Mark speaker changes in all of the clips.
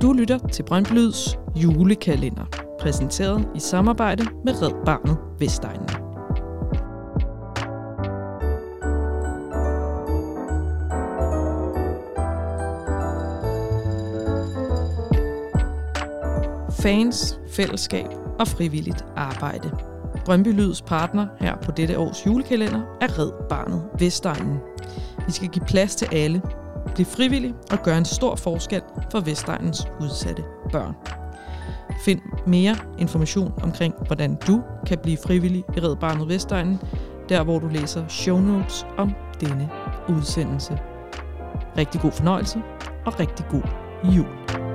Speaker 1: Du lytter til Brøndby Lyds julekalender, præsenteret i samarbejde med Red Barnet Vestegnen. Fans, fællesskab og frivilligt arbejde. Brøndby Lyds partner her på dette års julekalender er Red Barnet Vestegnen. Vi skal give plads til alle, blive frivillig og gøre en stor forskel for Vestegnens udsatte børn. Find mere information omkring, hvordan du kan blive frivillig i Red Barnet Vestegnen, der hvor du læser show notes om denne udsendelse. Rigtig god fornøjelse og rigtig god jul.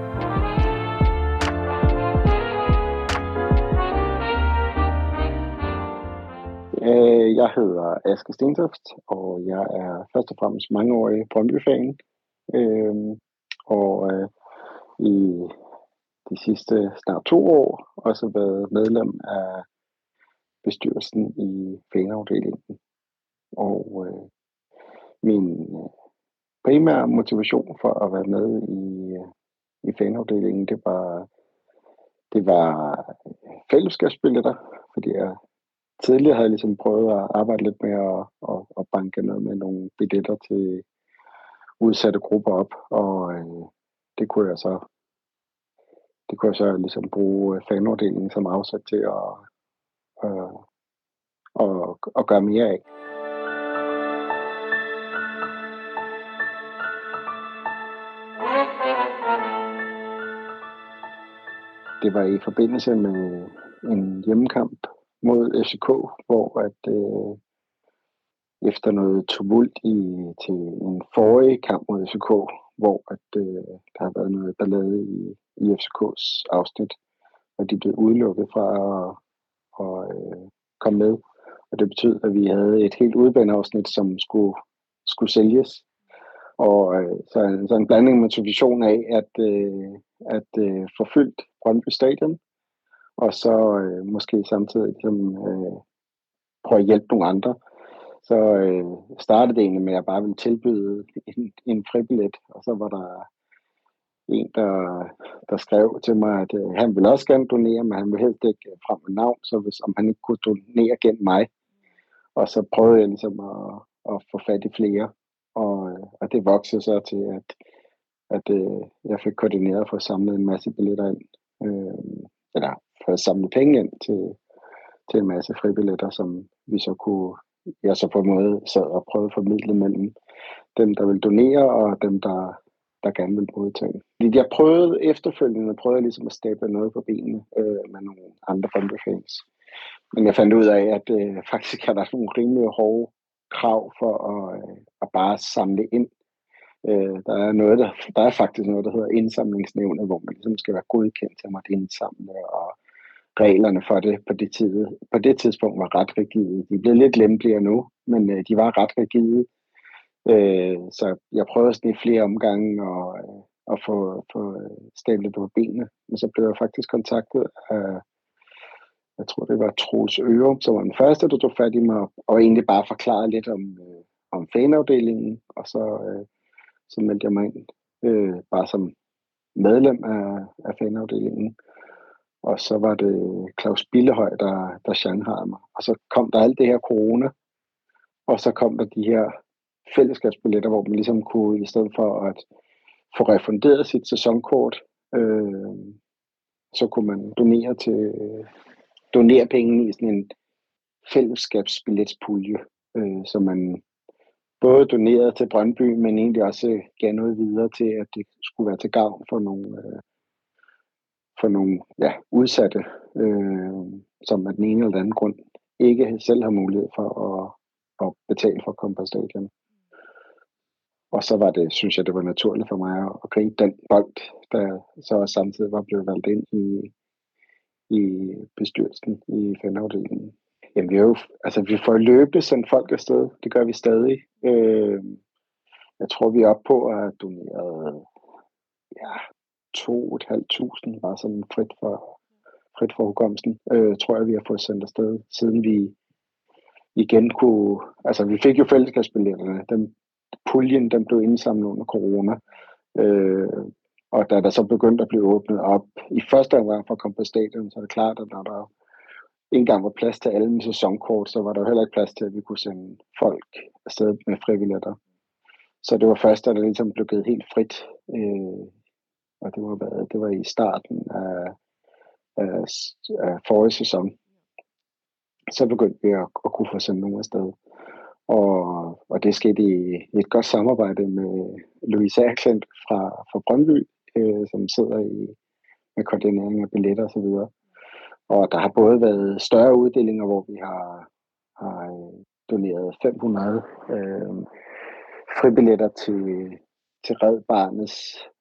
Speaker 2: Jeg hedder Aske Stentoft, og jeg er først og fremmest mangeårig Brøndby-fan. I de sidste snart 2 år også været medlem af bestyrelsen i fanafdelingen. Og min primære motivation for at være med i fanafdelingen, det var fællesskabsbilletter, fordi jeg tidligere havde jeg ligesom prøvet at arbejde lidt med at banke noget med nogle billetter til udsatte grupper op, og det kunne jeg så ligesom bruge fanafdelingen som afsæt til at gøre mere af. Det var i forbindelse med en hjemmekamp mod FCK, hvor efter noget tumult til en forrige kamp mod FCK, hvor der har været noget ballade i FCKs afsnit, og de blev udelukket fra at komme med. Og det betød, at vi havde et helt udebaneafsnit, som skulle sælges. Og så en blanding motivation af at få fyldt Brøndby Stadion, og så måske samtidig prøve at hjælpe nogle andre. Så startede det egentlig med, at jeg bare ville tilbyde en fribillet, og så var der en, der skrev til mig, at han ville også gerne donere, men han ville helst ikke frem med navn, så om han ikke kunne donere gennem mig. Og så prøvede jeg ligesom at få fat i flere, og det voksede så til, at jeg fik koordineret for at samle en masse billetter ind, eller for at samle penge ind til en masse fribilletter, som vi så kunne, jeg så på en måde sad og prøvede at formidle mellem dem, der vil donere, og dem, der gerne vil modtage. Jeg prøvede efterfølgende ligesom at stable noget på benene med nogle andre Brøndby-fans. Men jeg fandt ud af, at faktisk er der nogle rimelig hårde krav for at bare samle ind. Der er faktisk noget, der hedder indsamlingsnævnet, hvor man ligesom skal være godkendt til at indsamle, og reglerne for det på det tidspunkt var ret rigide. De blev lidt lempeligere nu, men de var ret rigide. Så jeg prøvede sådan i flere omgange at få stablet på benene. Men så blev jeg faktisk kontaktet af, jeg tror det var Troels Ørum, som var den første, der tog fat i mig, og egentlig bare forklarede lidt om fanafdelingen, og så meldte jeg mig ind bare som medlem af fanafdelingen. Og så var det Claus Billehøj, der shanghajede mig. Og så kom der alt det her corona, og så kom der de her fællesskabsbilletter, hvor man ligesom kunne, i stedet for at få refunderet sit sæsonkort, så kunne man donere penge i sådan en fællesskabsbilletspulje, så man både donerede til Brøndby, men egentlig også gav noget videre til, at det skulle være til gavn for nogle udsatte, som af den ene eller den anden grund ikke selv har mulighed for at betale for at komme på stadion. Og så var det, synes jeg, det var naturligt for mig at gribe den bold, der så samtidig var blevet valgt ind i bestyrelsen i fanafdelingen. Jamen, vi får løbende sendt folk afsted. Det gør vi stadig. Jeg tror, vi er oppe på at donere 2.500, bare sådan frit for hukommelsen, tror jeg, vi har fået sendt afsted, siden vi igen kunne, altså vi fik jo fællesskabsbilletterne, puljen den blev indsamlet under corona, Og da der så begyndte at blive åbnet op i første omgang for at komme på stadion, så er det klart, at når der ikke engang var plads til alle med sæsonkort, så var der heller ikke plads til, at vi kunne sende folk afsted med fribilletter. Så det var først, da det ligesom blev givet helt frit, og det var i starten af forrige sæson. Så begyndte vi at kunne få sendt nogen afsted. Og det skete i et godt samarbejde med Louise Erklint fra Brøndby, som sidder med koordinering af billetter og så videre. Og der har både været større uddelinger, hvor vi har doneret 500 fribilletter til Red Barnets,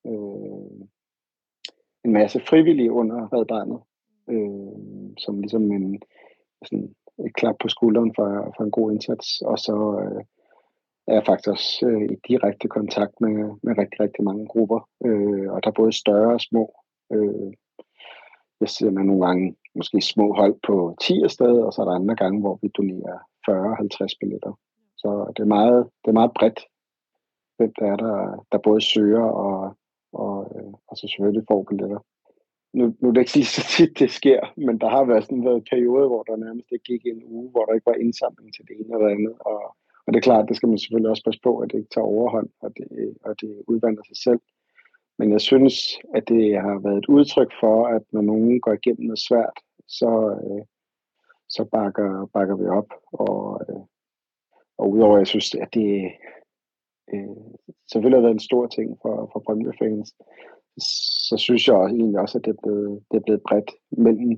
Speaker 2: en masse frivillige under Red Barnet, som ligesom et klap på skulderen for en god indsats. Og så er jeg faktisk også i direkte kontakt med rigtig, rigtig mange grupper, og der er både større og små. Jeg ser nogle gange måske små hold på 10 afsted, og så er der andre gange, hvor vi donerer 40-50 billetter. Så det er meget bredt, hvem der både søger og så selvfølgelig får billetter. Nu er det ikke lige så tit, det sker, men der har været perioder, hvor der nærmest ikke gik en uge, hvor der ikke var indsamling til det ene eller andet. Og det er klart, det skal man selvfølgelig også passe på, at det ikke tager overhånd, og det udvander sig selv. Men jeg synes, at det har været et udtryk for, at når nogen går igennem noget svært, så bakker vi op. Og udover, jeg synes, at det selvfølgelig har været en stor ting for Brøndby-fans, så synes jeg egentlig også, at det er blevet bredt mellem,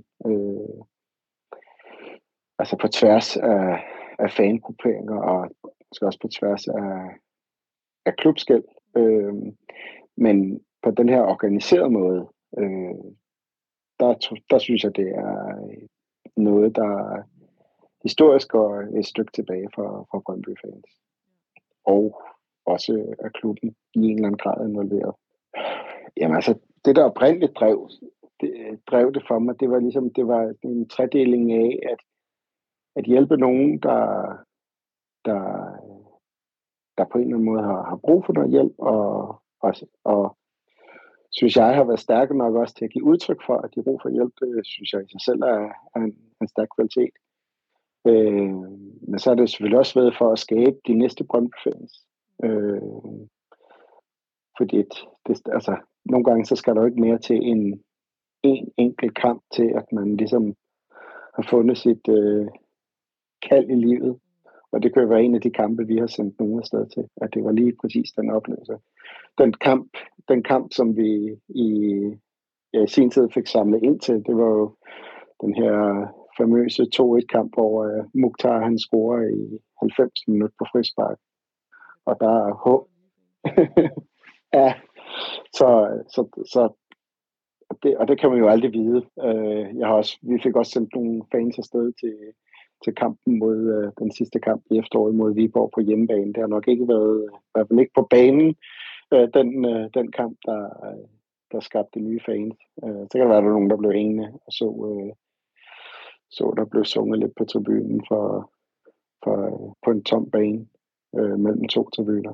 Speaker 2: altså på tværs af fangrupperinger, og måske også på tværs af klubskel. Men på den her organiserede måde, der synes jeg, det er noget, der historisk går et stykke tilbage for Brøndby-fans. Og også af klubben i en eller anden grad involveret. Jamen altså, det der oprindeligt drev det for mig, det var en tredeling af at hjælpe nogen, der på en eller anden måde har brug for noget hjælp, og synes jeg har været stærke nok også til at give udtryk for, at de har brug for hjælp. Det synes jeg i sig selv er en stærk kvalitet. Men så er det selvfølgelig også været for at skabe de næste Brøndby-fans. Fordi altså, nogle gange så skal der jo ikke mere til en enkelt kamp til, at man ligesom har fundet sit kald i livet. Og det kan jo være en af de kampe, vi har sendt nogen afsted til, at det var lige præcis den oplevelse. Den kamp, som vi i sin tid fik samlet ind til, det var jo den her famøse 2-1-kamp, hvor Mukhtar han scorer i 90 minutter på frispark. Og der er håb. Ja, så det kan man jo aldrig vide. Vi fik også sendt nogle fans afsted til kampen mod den sidste kamp i efteråret mod Viborg på hjemmebane. Det har nok ikke været, i hvert fald ikke på banen, den kamp, der skabte nye fans. Så kan der være, nogen, der blev hængende og så der blev sunget lidt på tribunen på en tom bane mellem to tribuner.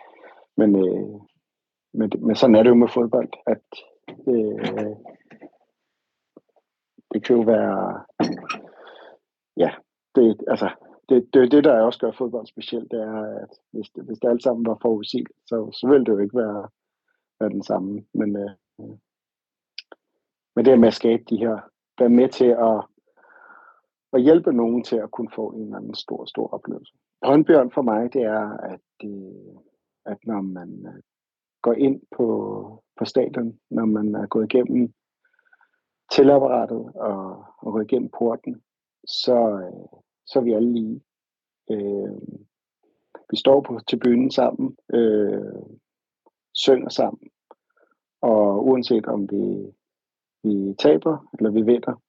Speaker 2: Men sådan er det jo med fodbold, at det kan jo være, ja, det der også gør fodbold specielt, det er, at hvis det alt sammen var forudsigeligt, så ville det jo ikke være den samme. Men det med at skabe de her, være med til at hjælpe nogen til at kunne få en eller anden stor oplevelse. Håndbjørn for mig, det er, at når man går ind på stadion, når man er gået igennem tillapparatet og gået igennem porten, så er vi alle lige. Vi står på tribunen sammen, synger sammen, og uanset om vi taber eller vi vinder,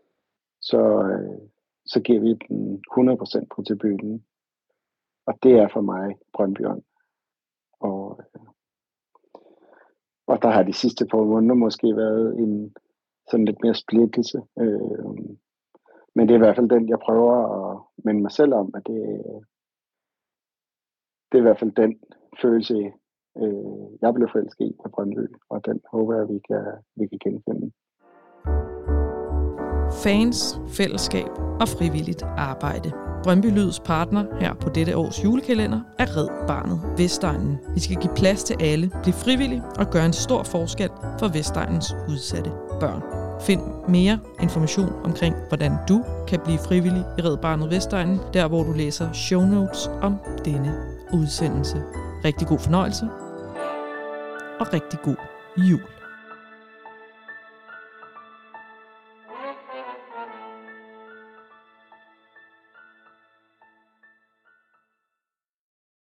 Speaker 2: så giver vi den 100% på tribunen. Og det er for mig Brøndbyånd. Og der har de sidste par måneder måske været en sådan lidt mere splittelse. Men det er i hvert fald den, jeg prøver at minde mig selv om, at det er i hvert fald den følelse, jeg blev forelsket i af Brøndby, og den håber jeg, vi kan genfinde.
Speaker 1: Fans, fællesskab og frivilligt arbejde. Brøndby Lyds partner her på dette års julekalender er Red Barnet Vestegnen. Vi skal give plads til alle, blive frivillige og gøre en stor forskel for Vestegnens udsatte børn. Find mere information omkring, hvordan du kan blive frivillig i Red Barnet Vestegnen, der hvor du læser show notes om denne udsendelse. Rigtig god fornøjelse og rigtig god jul.